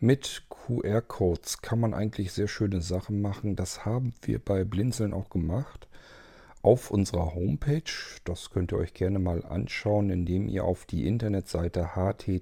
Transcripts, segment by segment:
Mit QR-Codes kann man eigentlich sehr schöne Sachen machen. Das haben wir bei Blinzeln auch gemacht. Auf unserer Homepage, das könnt ihr euch gerne mal anschauen, indem ihr auf die Internetseite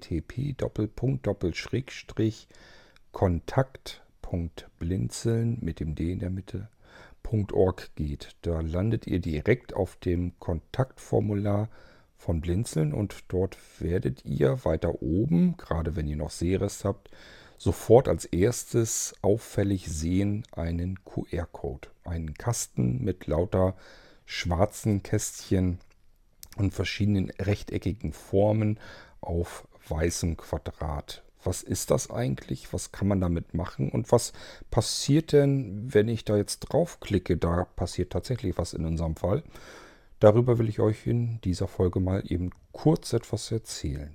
http://kontakt.blinzeln mit dem D in der Mitte .org geht. Da landet ihr direkt auf dem Kontaktformular von Blinzeln und dort werdet ihr weiter oben, gerade wenn ihr noch Sehrest habt, sofort als erstes auffällig sehen einen QR-Code. Einen Kasten mit lauter schwarzen Kästchen und verschiedenen rechteckigen Formen auf weißem Quadrat. Was ist das eigentlich? Was kann man damit machen? Und was passiert denn, wenn ich da jetzt draufklicke? Da passiert tatsächlich was in unserem Fall. Darüber will ich euch in dieser Folge mal eben kurz etwas erzählen.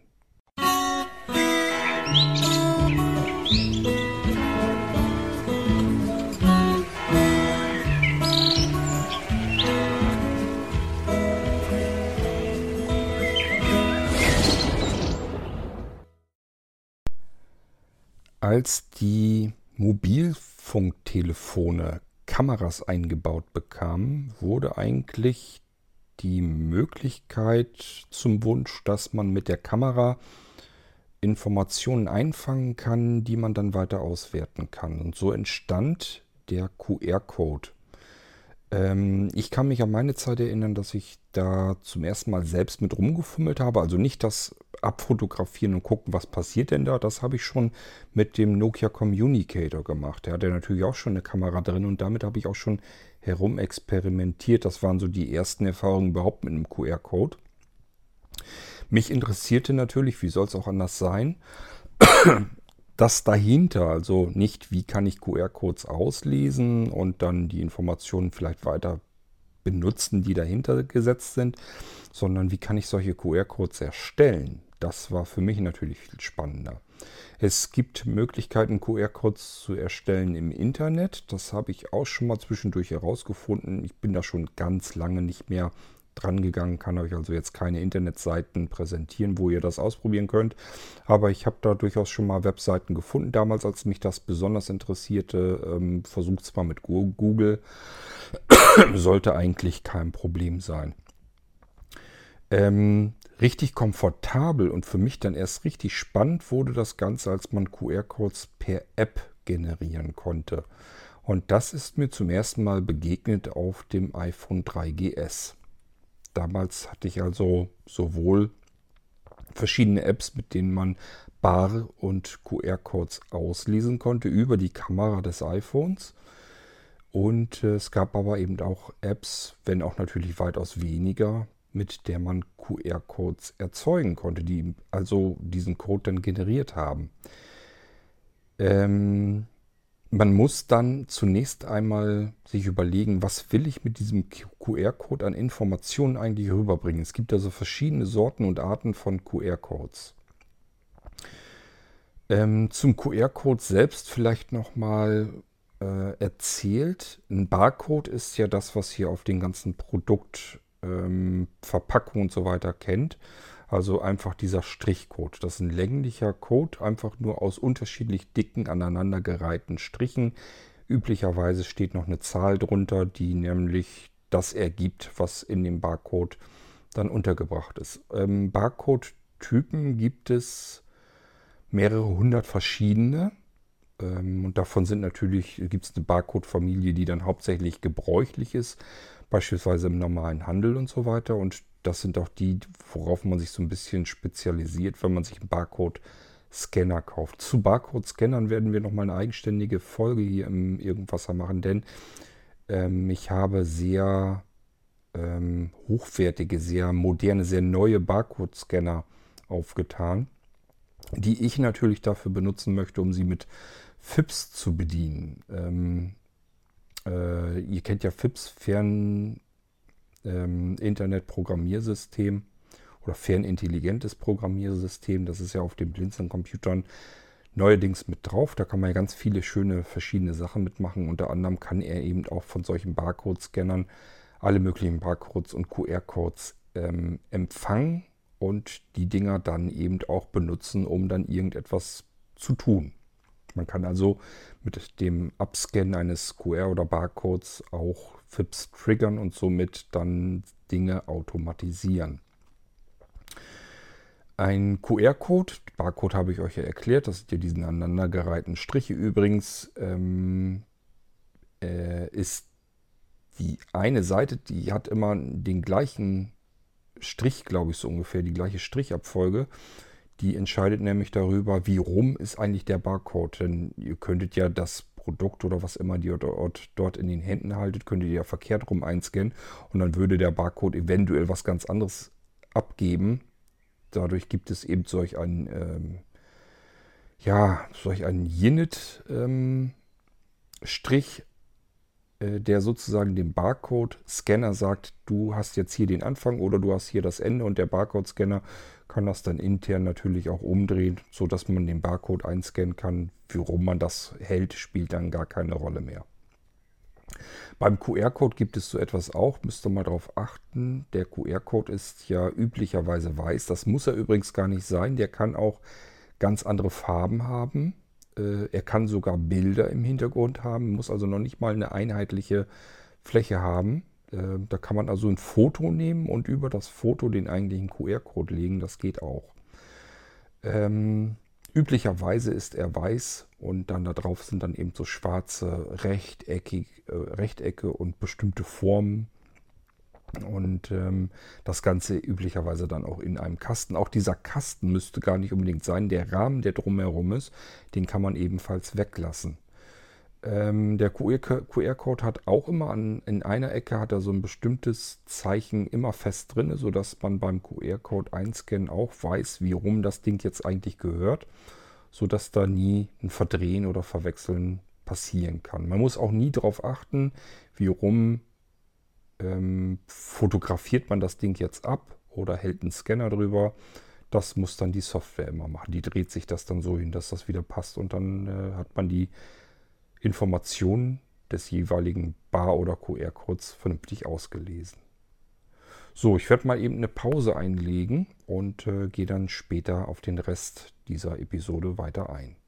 Als die Mobilfunktelefone Kameras eingebaut bekamen, wurde eigentlich die Möglichkeit zum Wunsch, dass man mit der Kamera Informationen einfangen kann, die man dann weiter auswerten kann. Und so entstand der QR-Code. Ich kann mich an meine Zeit erinnern, dass ich da zum ersten Mal selbst mit rumgefummelt habe. Also nicht das Abfotografieren und gucken, was passiert denn da. Das habe ich schon mit dem Nokia Communicator gemacht. Der hatte natürlich auch schon eine Kamera drin und damit habe ich auch schon herumexperimentiert. Das waren so die ersten Erfahrungen überhaupt mit einem QR-Code. Mich interessierte natürlich, wie soll es auch anders sein, das dahinter, also nicht, wie kann ich QR-Codes auslesen und dann die Informationen vielleicht weiter benutzen, die dahinter gesetzt sind, sondern wie kann ich solche QR-Codes erstellen? Das war für mich natürlich viel spannender. Es gibt Möglichkeiten, QR-Codes zu erstellen im Internet. Das habe ich auch schon mal zwischendurch herausgefunden. Ich bin da schon ganz lange nicht mehr dran gegangen, kann euch also jetzt keine Internetseiten präsentieren, wo ihr das ausprobieren könnt. Aber ich habe da durchaus schon mal Webseiten gefunden, damals, als mich das besonders interessierte. Versucht es mal mit Google. Sollte eigentlich kein Problem sein. Richtig komfortabel und für mich dann erst richtig spannend wurde das Ganze, als man QR-Codes per App generieren konnte. Und das ist mir zum ersten Mal begegnet auf dem iPhone 3GS. Damals hatte ich also sowohl verschiedene Apps, mit denen man Bar- und QR-Codes auslesen konnte über die Kamera des iPhones. Und es gab aber eben auch Apps, wenn auch natürlich weitaus weniger, mit der man QR-Codes erzeugen konnte, die also diesen Code dann generiert haben. Man muss dann zunächst einmal sich überlegen, was will ich mit diesem QR-Code an Informationen eigentlich rüberbringen. Es gibt also verschiedene Sorten und Arten von QR-Codes. Zum QR-Code selbst vielleicht nochmal erzählt. Ein Barcode ist ja das, was ihr auf den ganzen Produktverpackungen und so weiter kennt. Also einfach dieser Strichcode. Das ist ein länglicher Code, einfach nur aus unterschiedlich dicken, aneinandergereihten Strichen. Üblicherweise steht noch eine Zahl drunter, die nämlich das ergibt, was in dem Barcode dann untergebracht ist. Barcode-Typen gibt es mehrere hundert verschiedene. Und davon gibt es eine Barcode-Familie, die dann hauptsächlich gebräuchlich ist, beispielsweise im normalen Handel und so weiter. Und das sind auch die, worauf man sich so ein bisschen spezialisiert, wenn man sich einen Barcode-Scanner kauft. Zu Barcode-Scannern werden wir nochmal eine eigenständige Folge hier im Irgendwasser machen, denn ich habe sehr hochwertige, sehr moderne, sehr neue Barcode-Scanner aufgetan, die ich natürlich dafür benutzen möchte, um sie mit FIPS zu bedienen. Ihr kennt ja FIPS, Internet-Programmiersystem oder fernintelligentes Programmiersystem. Das ist ja auf den Blinzeln-Computern neuerdings mit drauf. Da kann man ja ganz viele schöne verschiedene Sachen mitmachen. Unter anderem kann er eben auch von solchen Barcode-Scannern alle möglichen Barcodes und QR-Codes empfangen und die Dinger dann eben auch benutzen, um dann irgendetwas zu tun. Man kann also mit dem Abscannen eines QR- oder Barcodes auch FIPS triggern und somit dann Dinge automatisieren. Ein QR-Code, Barcode habe ich euch ja erklärt, das sind ja diese aneinandergereihten Striche übrigens, ist die eine Seite, die hat immer den gleichen Strich, glaube ich, so ungefähr, die gleiche Strichabfolge. Die entscheidet nämlich darüber, wie rum ist eigentlich der Barcode. Denn ihr könntet ja das Produkt oder was immer ihr dort in den Händen haltet, könntet ihr ja verkehrt rum einscannen und dann würde der Barcode eventuell was ganz anderes abgeben. Dadurch gibt es eben solch einen Unit-Strich, der sozusagen dem Barcode-Scanner sagt, du hast jetzt hier den Anfang oder du hast hier das Ende und der Barcode-Scanner kann das dann intern natürlich auch umdrehen, sodass man den Barcode einscannen kann. Wie rum man das hält, spielt dann gar keine Rolle mehr. Beim QR-Code gibt es so etwas auch, müsst ihr mal darauf achten. Der QR-Code ist ja üblicherweise weiß. Das muss er übrigens gar nicht sein. Der kann auch ganz andere Farben haben. Er kann sogar Bilder im Hintergrund haben, muss also noch nicht mal eine einheitliche Fläche haben. Da kann man also ein Foto nehmen und über das Foto den eigentlichen QR-Code legen. Das geht auch. Üblicherweise ist er weiß und dann da drauf sind dann eben so schwarze Rechtecke und bestimmte Formen. Und das Ganze üblicherweise dann auch in einem Kasten. Auch dieser Kasten müsste gar nicht unbedingt sein. Der Rahmen, der drumherum ist, den kann man ebenfalls weglassen. Der QR-Code hat auch immer in einer Ecke hat er so ein bestimmtes Zeichen immer fest drin, sodass man beim QR-Code einscannen auch weiß, wie rum das Ding jetzt eigentlich gehört, sodass da nie ein Verdrehen oder Verwechseln passieren kann. Man muss auch nie darauf achten, wie rum fotografiert man das Ding jetzt ab oder hält einen Scanner drüber. Das muss dann die Software immer machen. Die dreht sich das dann so hin, dass das wieder passt und dann hat man die Informationen des jeweiligen Bar- oder QR-Codes vernünftig ausgelesen. So, ich werde mal eben eine Pause einlegen und gehe dann später auf den Rest dieser Episode weiter ein.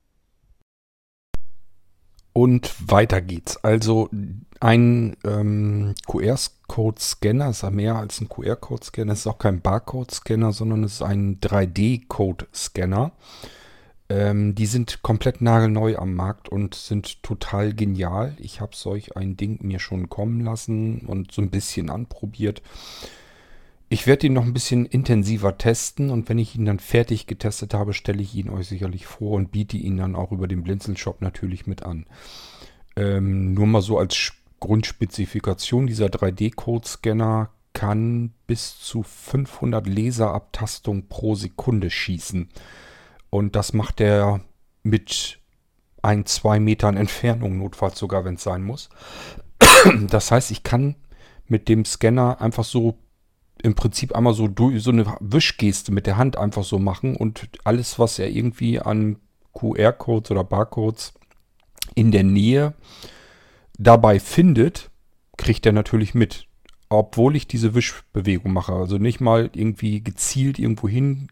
Und weiter geht's. Also ein QR-Code-Scanner ist ja mehr als ein QR-Code-Scanner. Es ist auch kein Barcode-Scanner, sondern es ist ein 3D-Code-Scanner. Die sind komplett nagelneu am Markt und sind total genial. Ich habe solch ein Ding mir schon kommen lassen und so ein bisschen anprobiert. Ich werde ihn noch ein bisschen intensiver testen und wenn ich ihn dann fertig getestet habe, stelle ich ihn euch sicherlich vor und biete ihn dann auch über den Blinzeln-Shop natürlich mit an. Nur mal so als Grundspezifikation, dieser 3D-Code-Scanner kann bis zu 500 Laserabtastungen pro Sekunde schießen. Und das macht er mit 2 Metern Entfernung, notfalls sogar, wenn es sein muss. Das heißt, ich kann mit dem Scanner einfach so im Prinzip einmal so eine Wischgeste mit der Hand einfach so machen und alles, was er irgendwie an QR-Codes oder Barcodes in der Nähe dabei findet, kriegt er natürlich mit. Obwohl ich diese Wischbewegung mache. Also nicht mal irgendwie gezielt irgendwo hin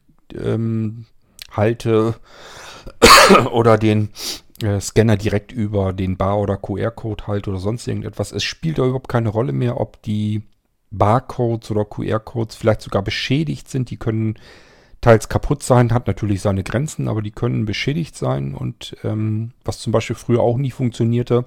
halte oder den Scanner direkt über den Bar- oder QR-Code halte oder sonst irgendetwas. Es spielt da überhaupt keine Rolle mehr, ob die Barcodes oder QR-Codes vielleicht sogar beschädigt sind. Die können teils kaputt sein, hat natürlich seine Grenzen, aber die können beschädigt sein. Und was zum Beispiel früher auch nie funktionierte,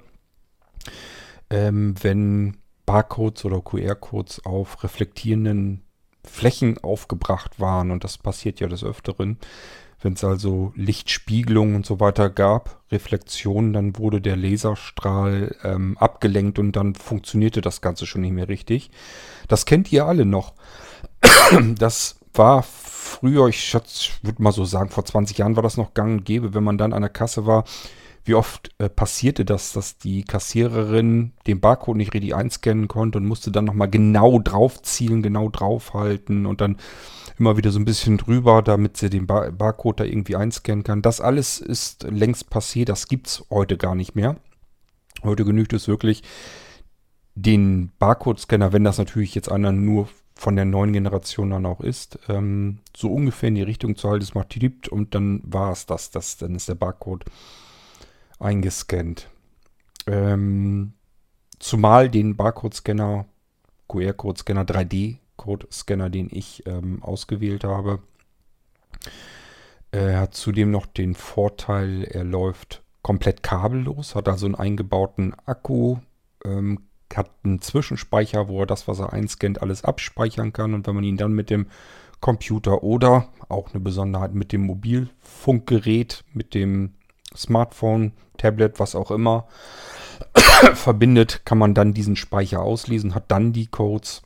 wenn Barcodes oder QR-Codes auf reflektierenden Flächen aufgebracht waren, und das passiert ja des Öfteren, wenn es also Lichtspiegelungen und so weiter gab, Reflexionen, dann wurde der Laserstrahl abgelenkt und dann funktionierte das Ganze schon nicht mehr richtig. Das kennt ihr alle noch. Das war früher, ich würde mal so sagen, vor 20 Jahren war das noch gang und gäbe, wenn man dann an der Kasse war. Wie oft passierte das, dass die Kassiererin den Barcode nicht richtig einscannen konnte und musste dann nochmal genau drauf zielen, genau draufhalten und dann immer wieder so ein bisschen drüber, damit sie den Barcode da irgendwie einscannen kann. Das alles ist längst passé, das gibt's heute gar nicht mehr. Heute genügt es wirklich, den Barcode-Scanner, wenn das natürlich jetzt einer nur von der neuen Generation dann auch ist, so ungefähr in die Richtung zu halten, es macht tippt und dann war es das. Dann ist der Barcode eingescannt. Zumal den Barcode-Scanner, QR-Code-Scanner, 3D-Code-Scanner, den ich ausgewählt habe, hat zudem noch den Vorteil, er läuft komplett kabellos, hat also einen eingebauten Akku, hat einen Zwischenspeicher, wo er das, was er einscannt, alles abspeichern kann. Und wenn man ihn dann mit dem Computer oder auch eine Besonderheit mit dem Mobilfunkgerät, mit dem Smartphone, Tablet, was auch immer, verbindet, kann man dann diesen Speicher auslesen, hat dann die Codes.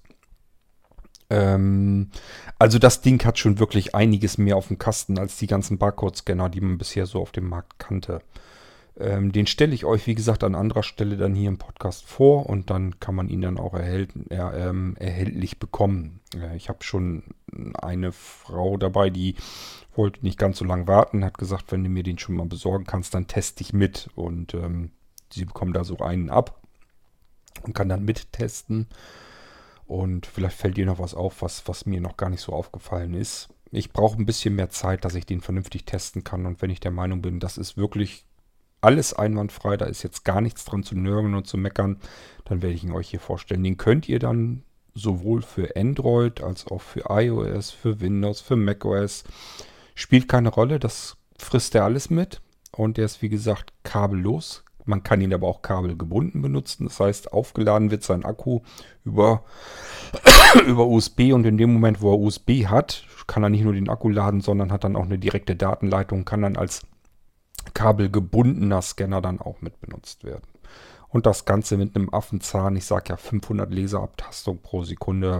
Also das Ding hat schon wirklich einiges mehr auf dem Kasten als die ganzen Barcode-Scanner, die man bisher so auf dem Markt kannte. Den stelle ich euch, wie gesagt, an anderer Stelle dann hier im Podcast vor und dann kann man ihn dann auch erhältlich bekommen. Ich habe schon eine Frau dabei, die wollte nicht ganz so lange warten, hat gesagt, wenn du mir den schon mal besorgen kannst, dann teste ich mit. Und sie bekommt da so einen ab und kann dann mittesten. Und vielleicht fällt dir noch was auf, was mir noch gar nicht so aufgefallen ist. Ich brauche ein bisschen mehr Zeit, dass ich den vernünftig testen kann. Und wenn ich der Meinung bin, das ist wirklich alles einwandfrei, da ist jetzt gar nichts dran zu nörgeln und zu meckern, dann werde ich ihn euch hier vorstellen. Den könnt ihr dann sowohl für Android als auch für iOS, für Windows, für macOS. Spielt keine Rolle, das frisst er alles mit. Und der ist, wie gesagt, kabellos. Man kann ihn aber auch kabelgebunden benutzen. Das heißt, aufgeladen wird sein Akku über USB. Und in dem Moment, wo er USB hat, kann er nicht nur den Akku laden, sondern hat dann auch eine direkte Datenleitung, kann dann als kabelgebundener Scanner dann auch mit benutzt werden. Und das Ganze mit einem Affenzahn, ich sage ja 500 Laserabtastung pro Sekunde.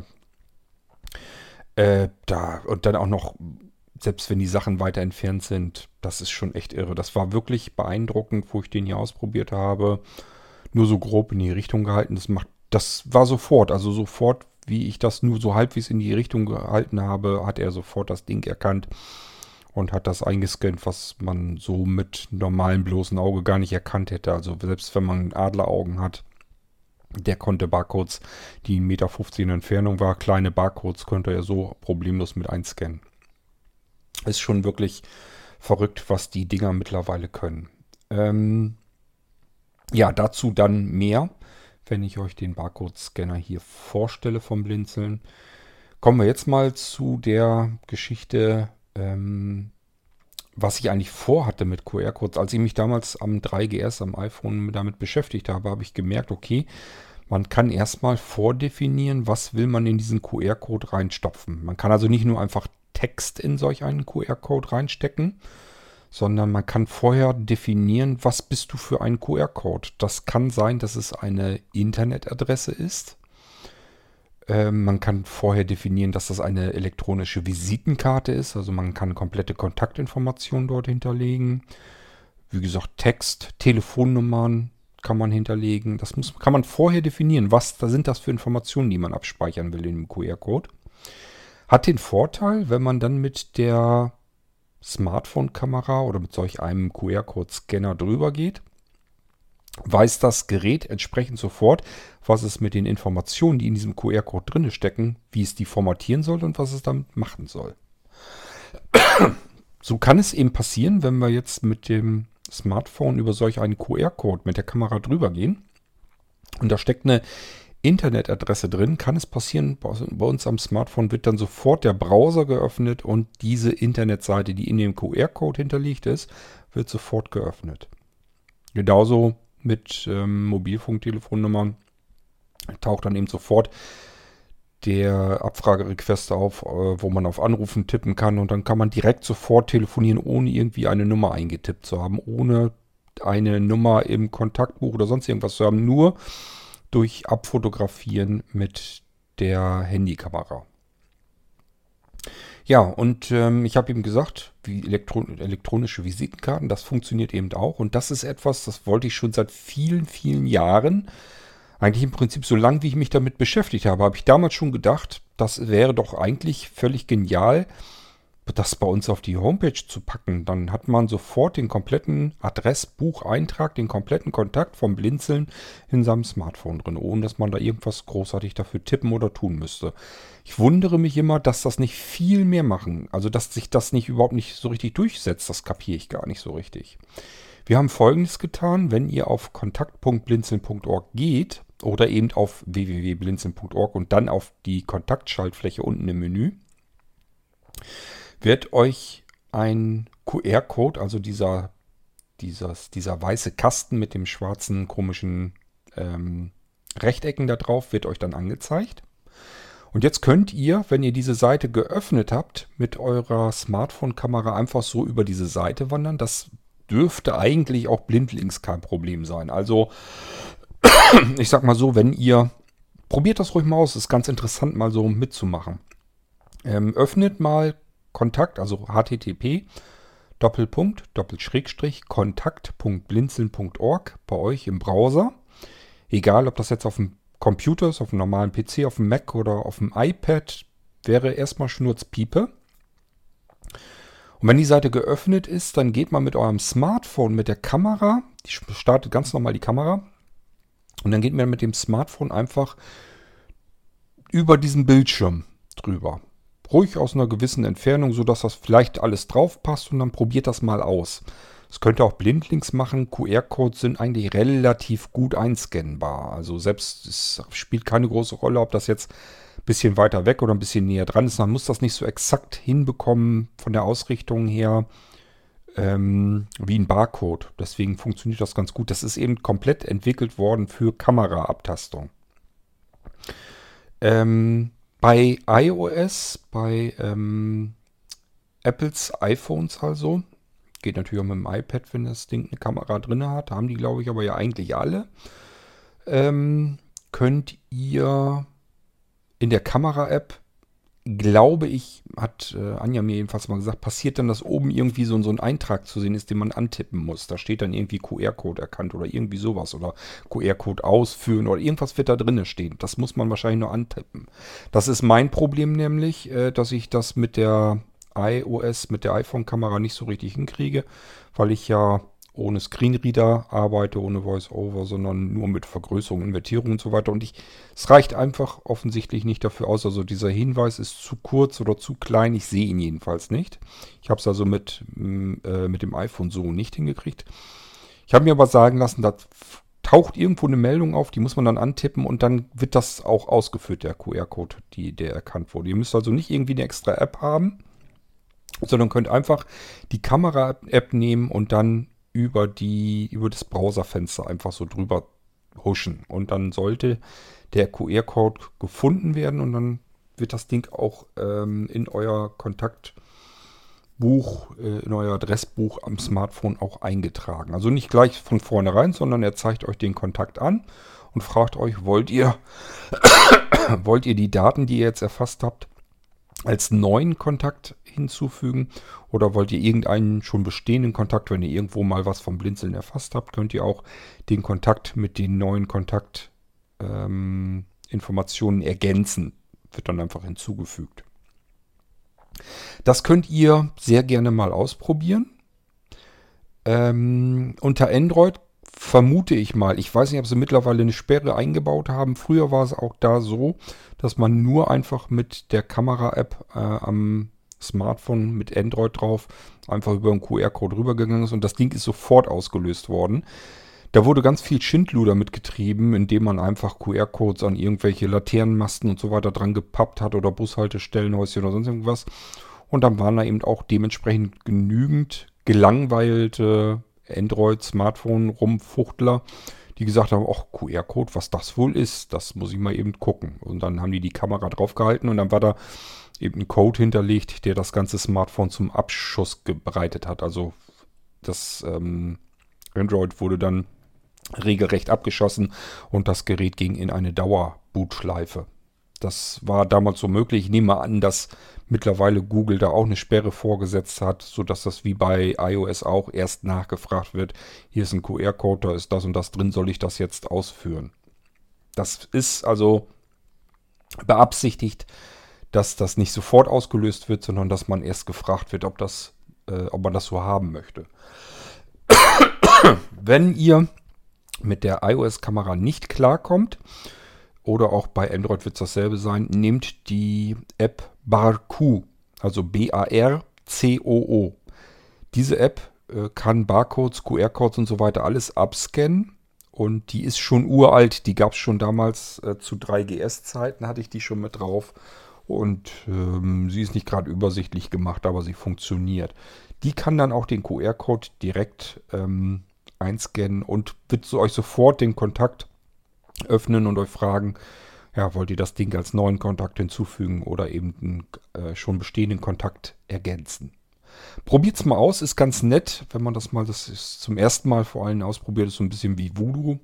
Und dann auch noch, selbst wenn die Sachen weiter entfernt sind, das ist schon echt irre. Das war wirklich beeindruckend, wo ich den hier ausprobiert habe. Nur so grob in die Richtung gehalten. Das war sofort, also sofort, wie ich das nur so halbwegs in die Richtung gehalten habe, hat er sofort das Ding erkannt. Und hat das eingescannt, was man so mit normalem bloßen Auge gar nicht erkannt hätte. Also selbst wenn man Adleraugen hat, der konnte Barcodes, die 1,50 Meter in Entfernung war, kleine Barcodes konnte er so problemlos mit einscannen. Ist schon wirklich verrückt, was die Dinger mittlerweile können. Ja, dazu dann mehr, wenn ich euch den Barcode-Scanner hier vorstelle vom Blinzeln. Kommen wir jetzt mal zu der Geschichte, was ich eigentlich vorhatte mit QR-Codes. Als ich mich damals am 3GS, am iPhone damit beschäftigt habe, habe ich gemerkt, okay, man kann erstmal vordefinieren, was will man in diesen QR-Code reinstopfen. Man kann also nicht nur einfach Text in solch einen QR-Code reinstecken, sondern man kann vorher definieren, was bist du für einen QR-Code. Das kann sein, dass es eine Internetadresse ist. Man kann vorher definieren, dass das eine elektronische Visitenkarte ist. Also man kann komplette Kontaktinformationen dort hinterlegen. Wie gesagt, Text, Telefonnummern kann man hinterlegen. Kann man vorher definieren, da sind das für Informationen, die man abspeichern will in dem QR-Code. Hat den Vorteil, wenn man dann mit der Smartphone-Kamera oder mit solch einem QR-Code-Scanner drüber geht, weiß das Gerät entsprechend sofort, was es mit den Informationen, die in diesem QR-Code drin stecken, wie es die formatieren soll und was es damit machen soll. So kann es eben passieren, wenn wir jetzt mit dem Smartphone über solch einen QR-Code mit der Kamera drüber gehen und da steckt eine Internetadresse drin, kann es passieren, bei uns am Smartphone wird dann sofort der Browser geöffnet und diese Internetseite, die in dem QR-Code hinterlegt ist, wird sofort geöffnet. Genauso mit Mobilfunktelefonnummern taucht dann eben sofort der Abfragerequest auf, wo man auf Anrufen tippen kann und dann kann man direkt sofort telefonieren, ohne irgendwie eine Nummer eingetippt zu haben, ohne eine Nummer im Kontaktbuch oder sonst irgendwas zu haben, nur durch Abfotografieren mit der Handykamera. Ja, und ich habe ihm gesagt, wie elektronische Visitenkarten, das funktioniert eben auch. Und das ist etwas, das wollte ich schon seit vielen, vielen Jahren. Eigentlich im Prinzip so lange, wie ich mich damit beschäftigt habe ich damals schon gedacht, das wäre doch eigentlich völlig genial, das bei uns auf die Homepage zu packen. Dann hat man sofort den kompletten Adressbucheintrag, den kompletten Kontakt vom Blinzeln in seinem Smartphone drin, ohne dass man da irgendwas großartig dafür tippen oder tun müsste. Ich wundere mich immer, dass das nicht viel mehr machen. Also, dass sich das nicht überhaupt nicht so richtig durchsetzt, das kapiere ich gar nicht so richtig. Wir haben Folgendes getan: Wenn ihr auf kontakt.blinzeln.org geht oder eben auf www.blinzeln.org und dann auf die Kontaktschaltfläche unten im Menü, wird euch ein QR-Code, also dieser weiße Kasten mit dem schwarzen komischen Rechtecken da drauf, wird euch dann angezeigt. Und jetzt könnt ihr, wenn ihr diese Seite geöffnet habt, mit eurer Smartphone-Kamera einfach so über diese Seite wandern. Das dürfte eigentlich auch blindlings kein Problem sein. Also ich sag mal so, wenn ihr, probiert das ruhig mal aus, ist ganz interessant mal so mitzumachen. Öffnet mal Kontakt, also http kontakt.blinzeln.org bei euch im Browser. Egal, ob das jetzt auf dem Computer ist, auf dem normalen PC, auf dem Mac oder auf dem iPad, wäre erstmal Schnurzpiepe. Und wenn die Seite geöffnet ist, dann geht man mit eurem Smartphone, mit der Kamera, die startet ganz normal die Kamera, und dann geht man mit dem Smartphone einfach über diesen Bildschirm drüber. Ruhig aus einer gewissen Entfernung, sodass das vielleicht alles drauf passt, und dann probiert das mal aus. Es könnt ihr auch blindlings machen. QR-Codes sind eigentlich relativ gut einscannbar. Also selbst, es spielt keine große Rolle, ob das jetzt ein bisschen weiter weg oder ein bisschen näher dran ist. Man muss das nicht so exakt hinbekommen von der Ausrichtung her wie ein Barcode. Deswegen funktioniert das ganz gut. Das ist eben komplett entwickelt worden für Kameraabtastung. Bei iOS, bei Apples iPhones also, geht natürlich auch mit dem iPad, wenn das Ding eine Kamera drin hat, haben die, glaube ich, aber ja eigentlich alle, könnt ihr in der Kamera-App, glaube ich, hat Anja mir jedenfalls mal gesagt, passiert dann, dass oben irgendwie so ein Eintrag zu sehen ist, den man antippen muss. Da steht dann irgendwie QR-Code erkannt oder irgendwie sowas oder QR-Code ausführen oder irgendwas wird da drin stehen. Das muss man wahrscheinlich nur antippen. Das ist mein Problem nämlich, dass ich das mit der iOS, mit der iPhone-Kamera nicht so richtig hinkriege, weil ich ja ohne Screenreader arbeite, ohne Voice-Over, sondern nur mit Vergrößerung, Invertierung und so weiter. Und es reicht einfach offensichtlich nicht dafür aus. Also dieser Hinweis ist zu kurz oder zu klein. Ich sehe ihn jedenfalls nicht. Ich habe es also mit dem iPhone so nicht hingekriegt. Ich habe mir aber sagen lassen, da taucht irgendwo eine Meldung auf, die muss man dann antippen und dann wird das auch ausgeführt, der QR-Code, der erkannt wurde. Ihr müsst also nicht irgendwie eine extra App haben, sondern könnt einfach die Kamera-App nehmen und dann über das Browserfenster einfach so drüber huschen. Und dann sollte der QR-Code gefunden werden und dann wird das Ding auch in euer Kontaktbuch, in euer Adressbuch am Smartphone auch eingetragen. Also nicht gleich von vornherein, sondern er zeigt euch den Kontakt an und fragt euch, wollt ihr die Daten, die ihr jetzt erfasst habt, als neuen Kontakt hinzufügen oder wollt ihr irgendeinen schon bestehenden Kontakt, wenn ihr irgendwo mal was vom Blinzeln erfasst habt, könnt ihr auch den Kontakt mit den neuen Kontaktinformationen ergänzen. Wird dann einfach hinzugefügt. Das könnt ihr sehr gerne mal ausprobieren. Unter Android vermute ich mal, ich weiß nicht, ob sie mittlerweile eine Sperre eingebaut haben. Früher war es auch da so, dass man nur einfach mit der Kamera-App am Smartphone mit Android drauf einfach über einen QR-Code rübergegangen ist und das Ding ist sofort ausgelöst worden. Da wurde ganz viel Schindluder mitgetrieben, indem man einfach QR-Codes an irgendwelche Laternenmasten und so weiter dran gepappt hat oder Bushaltestellenhäuschen oder sonst irgendwas. Und dann waren da eben auch dementsprechend genügend gelangweilte Android-Smartphone-Rumfuchtler, die gesagt haben, ach, QR-Code, was das wohl ist, das muss ich mal eben gucken. Und dann haben die Kamera draufgehalten und dann war da eben ein Code hinterlegt, der das ganze Smartphone zum Abschuss bereitet hat. Also das Android wurde dann regelrecht abgeschossen und das Gerät ging in eine Dauerbootschleife. Das war damals so möglich. Ich nehme an, dass mittlerweile Google da auch eine Sperre vorgesetzt hat, sodass das wie bei iOS auch erst nachgefragt wird. Hier ist ein QR-Code, da ist das und das drin, soll ich das jetzt ausführen? Das ist also beabsichtigt, dass das nicht sofort ausgelöst wird, sondern dass man erst gefragt wird, ob man das so haben möchte. Wenn ihr mit der iOS-Kamera nicht klarkommt, oder auch bei Android wird es dasselbe sein, nehmt die App Barcoo, also B-A-R-C-O-O. Diese App kann Barcodes, QR-Codes und so weiter alles abscannen. Und die ist schon uralt, die gab es schon damals zu 3GS-Zeiten, hatte ich die schon mit drauf. Und sie ist nicht gerade übersichtlich gemacht, aber sie funktioniert. Die kann dann auch den QR-Code direkt einscannen und wird euch sofort den Kontakt öffnen und euch fragen, ja, wollt ihr das Ding als neuen Kontakt hinzufügen oder eben einen schon bestehenden Kontakt ergänzen. Probiert's mal aus, ist ganz nett, wenn man das ist zum ersten Mal vor allem ausprobiert, ist so ein bisschen wie Voodoo.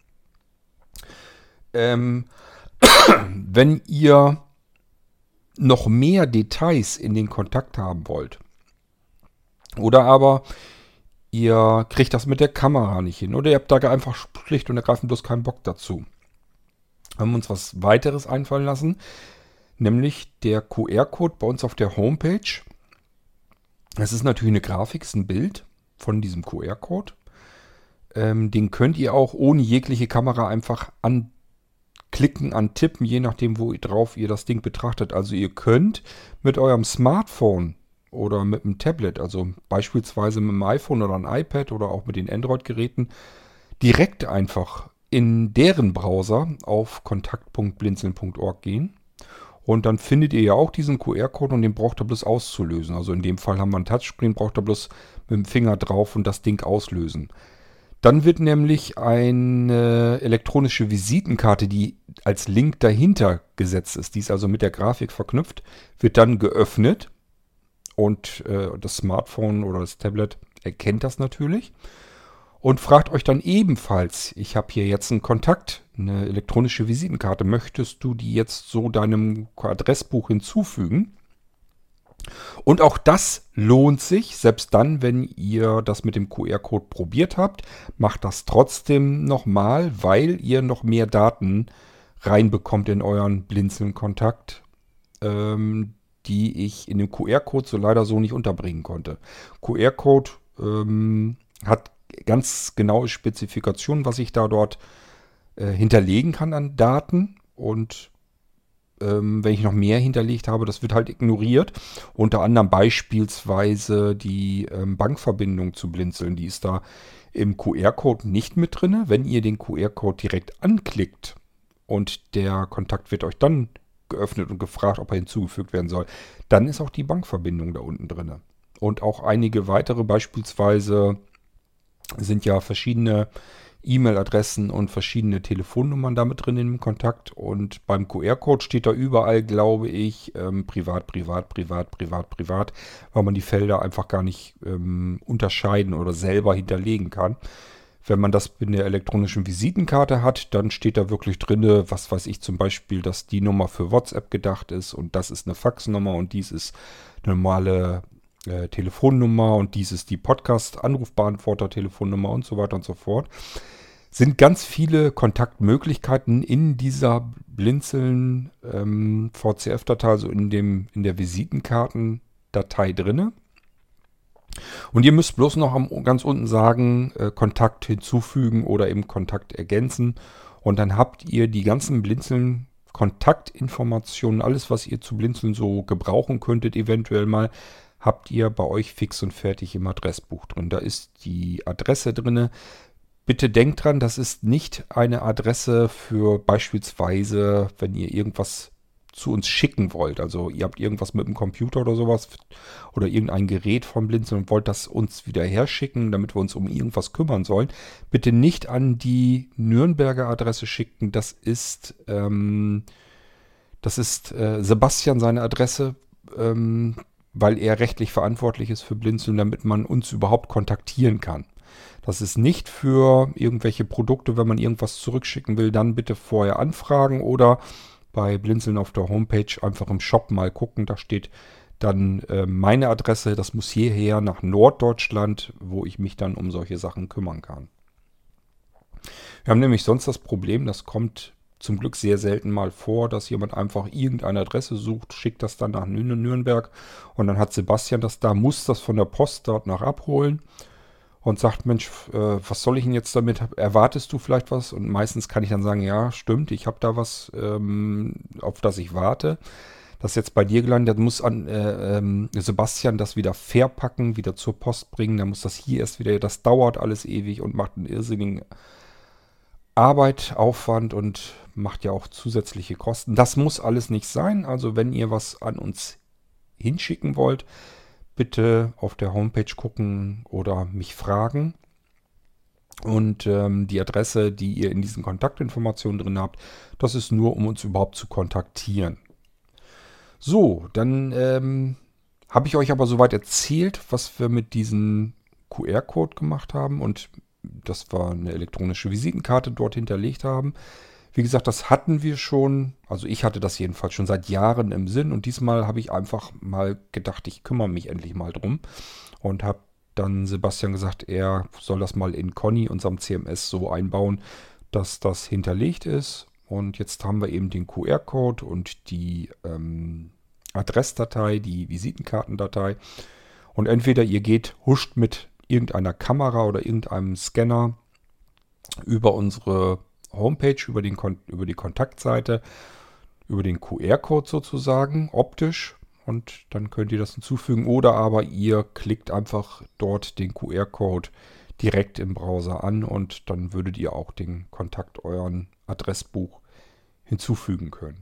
Ähm, wenn ihr noch mehr Details in den Kontakt haben wollt, oder aber ihr kriegt das mit der Kamera nicht hin, oder ihr habt da einfach schlicht und ergreifend bloß keinen Bock dazu, haben wir uns was weiteres einfallen lassen, nämlich der QR-Code bei uns auf der Homepage. Das ist natürlich eine Grafik, ist ein Bild von diesem QR-Code. Den könnt ihr auch ohne jegliche Kamera einfach anklicken, antippen, je nachdem, wo drauf ihr das Ding betrachtet. Also ihr könnt mit eurem Smartphone oder mit einem Tablet, also beispielsweise mit dem iPhone oder einem iPad oder auch mit den Android-Geräten, direkt einfach in deren Browser auf kontakt.blinzeln.org gehen. Und dann findet ihr ja auch diesen QR-Code und den braucht ihr bloß auszulösen. Also in dem Fall haben wir ein Touchscreen, braucht ihr bloß mit dem Finger drauf und das Ding auslösen. Dann wird nämlich eine elektronische Visitenkarte, die als Link dahinter gesetzt ist, die ist also mit der Grafik verknüpft, wird dann geöffnet und das Smartphone oder das Tablet erkennt das natürlich und fragt euch dann ebenfalls, ich habe hier jetzt einen Kontakt, eine elektronische Visitenkarte, möchtest du die jetzt so deinem Adressbuch hinzufügen? Und auch das lohnt sich, selbst dann, wenn ihr das mit dem QR-Code probiert habt, macht das trotzdem nochmal, weil ihr noch mehr Daten reinbekommt in euren Blinzeln-Kontakt, die ich in dem QR-Code so leider so nicht unterbringen konnte. QR-Code hat ganz genaue Spezifikationen, was ich da dort hinterlegen kann an Daten und wenn ich noch mehr hinterlegt habe, das wird halt ignoriert. Unter anderem beispielsweise die Bankverbindung zu Blinzeln, die ist da im QR-Code nicht mit drin. Wenn ihr den QR-Code direkt anklickt und der Kontakt wird euch dann geöffnet und gefragt, ob er hinzugefügt werden soll, dann ist auch die Bankverbindung da unten drin. Und auch einige weitere, beispielsweise sind ja verschiedene E-Mail-Adressen und verschiedene Telefonnummern damit drin im Kontakt. Und beim QR-Code steht da überall, glaube ich, privat, privat, privat, privat, privat, weil man die Felder einfach gar nicht unterscheiden oder selber hinterlegen kann. Wenn man das in der elektronischen Visitenkarte hat, dann steht da wirklich drin, was weiß ich zum Beispiel, dass die Nummer für WhatsApp gedacht ist und das ist eine Faxnummer und dies ist eine normale Telefonnummer und dies ist die Podcast-Anrufbeantworter-Telefonnummer und so weiter und so fort. Sind ganz viele Kontaktmöglichkeiten in dieser Blinzeln VCF-Datei, also in der Visitenkartendatei drinne. Und ihr müsst bloß noch ganz unten sagen, Kontakt hinzufügen oder eben Kontakt ergänzen. Und dann habt ihr die ganzen Blinzeln Kontaktinformationen, alles was ihr zu Blinzeln so gebrauchen könntet, eventuell mal, habt ihr bei euch fix und fertig im Adressbuch drin. Da ist die Adresse drin. Bitte denkt dran, das ist nicht eine Adresse für beispielsweise, wenn ihr irgendwas zu uns schicken wollt. Also ihr habt irgendwas mit dem Computer oder sowas oder irgendein Gerät von Blinzeln und wollt das uns wieder herschicken, damit wir uns um irgendwas kümmern sollen. Bitte nicht an die Nürnberger Adresse schicken. Das ist Sebastian seine Adresse, weil er rechtlich verantwortlich ist für Blinzeln, damit man uns überhaupt kontaktieren kann. Das ist nicht für irgendwelche Produkte, wenn man irgendwas zurückschicken will, dann bitte vorher anfragen oder bei Blinzeln auf der Homepage einfach im Shop mal gucken. Da steht dann meine Adresse, das muss hierher nach Norddeutschland, wo ich mich dann um solche Sachen kümmern kann. Wir haben nämlich sonst das Problem, das kommt zum Glück sehr selten mal vor, dass jemand einfach irgendeine Adresse sucht, schickt das dann nach Nürnberg und dann hat Sebastian das da, muss das von der Post dort nach abholen und sagt, Mensch, was soll ich denn jetzt damit? Erwartest du vielleicht was? Und meistens kann ich dann sagen, ja, stimmt, ich habe da was, auf das ich warte. Das ist jetzt bei dir gelandet, muss Sebastian das wieder verpacken, wieder zur Post bringen. Dann muss das hier erst wieder, das dauert alles ewig und macht einen irrsinnigen Arbeit, Aufwand und macht ja auch zusätzliche Kosten. Das muss alles nicht sein. Also wenn ihr was an uns hinschicken wollt, bitte auf der Homepage gucken oder mich fragen. Und die Adresse, die ihr in diesen Kontaktinformationen drin habt, das ist nur, um uns überhaupt zu kontaktieren. So, dann habe ich euch aber soweit erzählt, was wir mit diesem QR-Code gemacht haben und dass wir eine elektronische Visitenkarte dort hinterlegt haben. Wie gesagt, das hatten wir schon, also ich hatte das jedenfalls schon seit Jahren im Sinn und diesmal habe ich einfach mal gedacht, ich kümmere mich endlich mal drum und habe dann Sebastian gesagt, er soll das mal in Conny, unserem CMS, so einbauen, dass das hinterlegt ist. Und jetzt haben wir eben den QR-Code und die Adressdatei, die Visitenkartendatei. Und entweder ihr huscht mit irgendeiner Kamera oder irgendeinem Scanner über unsere Homepage, über die Kontaktseite, über den QR-Code sozusagen, optisch. Und dann könnt ihr das hinzufügen. Oder aber ihr klickt einfach dort den QR-Code direkt im Browser an und dann würdet ihr auch den Kontakt euren Adressbuch hinzufügen können.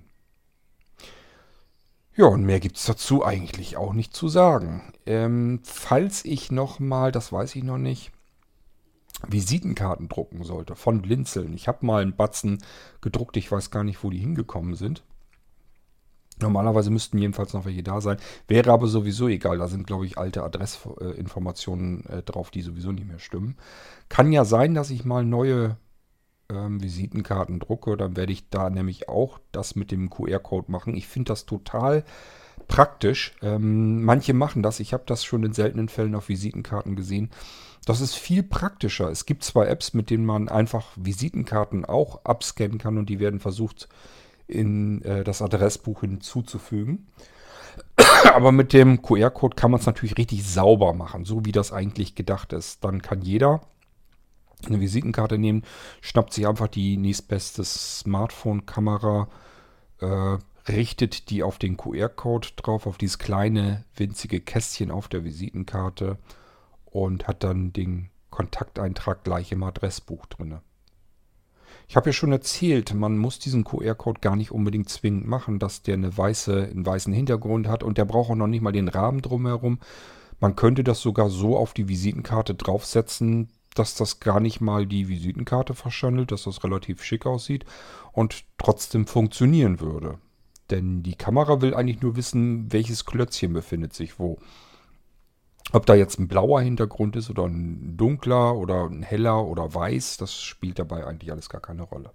Ja, und mehr gibt es dazu eigentlich auch nicht zu sagen. Falls ich nochmal, das weiß ich noch nicht, Visitenkarten drucken sollte von Blinzeln. Ich habe mal einen Batzen gedruckt, ich weiß gar nicht, wo die hingekommen sind. Normalerweise müssten jedenfalls noch welche da sein. Wäre aber sowieso egal, da sind, glaube ich, alte Adressinformationen drauf, die sowieso nicht mehr stimmen. Kann ja sein, dass ich mal neue Visitenkarten drucke, dann werde ich da nämlich auch das mit dem QR-Code machen. Ich finde das total praktisch. Manche machen das, ich habe das schon in seltenen Fällen auf Visitenkarten gesehen. Das ist viel praktischer. Es gibt zwar Apps, mit denen man einfach Visitenkarten auch abscannen kann und die werden versucht in das Adressbuch hinzuzufügen. Aber mit dem QR-Code kann man es natürlich richtig sauber machen, so wie das eigentlich gedacht ist. Dann kann jeder eine Visitenkarte nehmen, schnappt sich einfach die nächstbeste Smartphone-Kamera, richtet die auf den QR-Code drauf, auf dieses kleine, winzige Kästchen auf der Visitenkarte und hat dann den Kontakteintrag gleich im Adressbuch drin. Ich habe ja schon erzählt, man muss diesen QR-Code gar nicht unbedingt zwingend machen, dass der einen weißen Hintergrund hat und der braucht auch noch nicht mal den Rahmen drumherum. Man könnte das sogar so auf die Visitenkarte draufsetzen, dass das gar nicht mal die Visitenkarte verschandelt, dass das relativ schick aussieht und trotzdem funktionieren würde. Denn die Kamera will eigentlich nur wissen, welches Klötzchen befindet sich wo. Ob da jetzt ein blauer Hintergrund ist oder ein dunkler oder ein heller oder weiß, das spielt dabei eigentlich alles gar keine Rolle.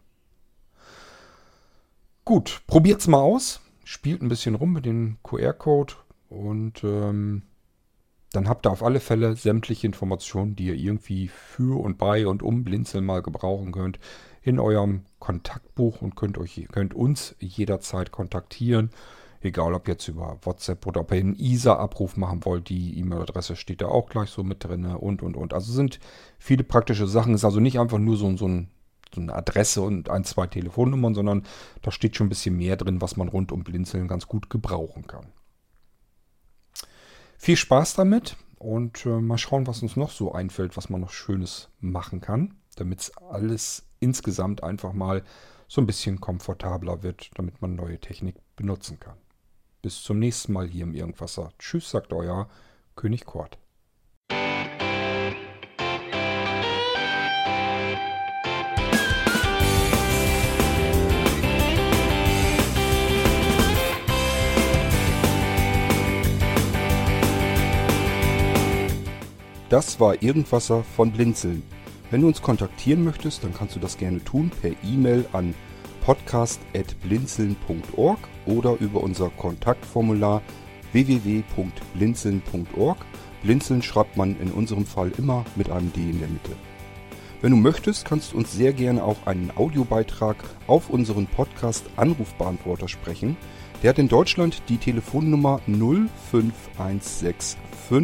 Gut, probiert's mal aus. Spielt ein bisschen rum mit dem QR-Code und dann habt ihr auf alle Fälle sämtliche Informationen, die ihr irgendwie für und bei und um Blinzeln mal gebrauchen könnt, in eurem Kontaktbuch und könnt uns jederzeit kontaktieren. Egal, ob jetzt über WhatsApp oder ob ihr einen ISA-Abruf machen wollt. Die E-Mail-Adresse steht da auch gleich so mit drin und. Also sind viele praktische Sachen. Ist also nicht einfach nur so eine Adresse und 1, 2 Telefonnummern, sondern da steht schon ein bisschen mehr drin, was man rund um Blinzeln ganz gut gebrauchen kann. Viel Spaß damit und mal schauen, was uns noch so einfällt, was man noch Schönes machen kann, damit es alles insgesamt einfach mal so ein bisschen komfortabler wird, damit man neue Technik benutzen kann. Bis zum nächsten Mal hier im Irgendwasser. Tschüss, sagt euer König Kort. Das war Irgendwasser von Blinzeln. Wenn du uns kontaktieren möchtest, dann kannst du das gerne tun per E-Mail an podcast@blinzeln.org oder über unser Kontaktformular www.blinzeln.org. Blinzeln schreibt man in unserem Fall immer mit einem D in der Mitte. Wenn du möchtest, kannst du uns sehr gerne auch einen Audiobeitrag auf unseren Podcast Anrufbeantworter sprechen. Der hat in Deutschland die Telefonnummer 05165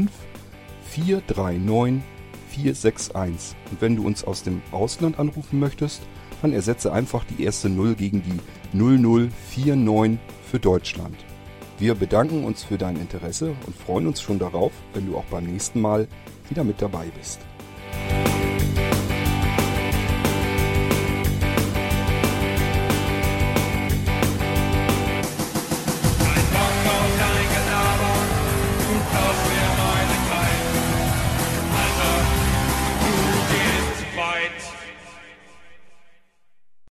439 461. Und wenn du uns aus dem Ausland anrufen möchtest, dann ersetze einfach die erste 0 gegen die 0049 für Deutschland. Wir bedanken uns für dein Interesse und freuen uns schon darauf, wenn du auch beim nächsten Mal wieder mit dabei bist.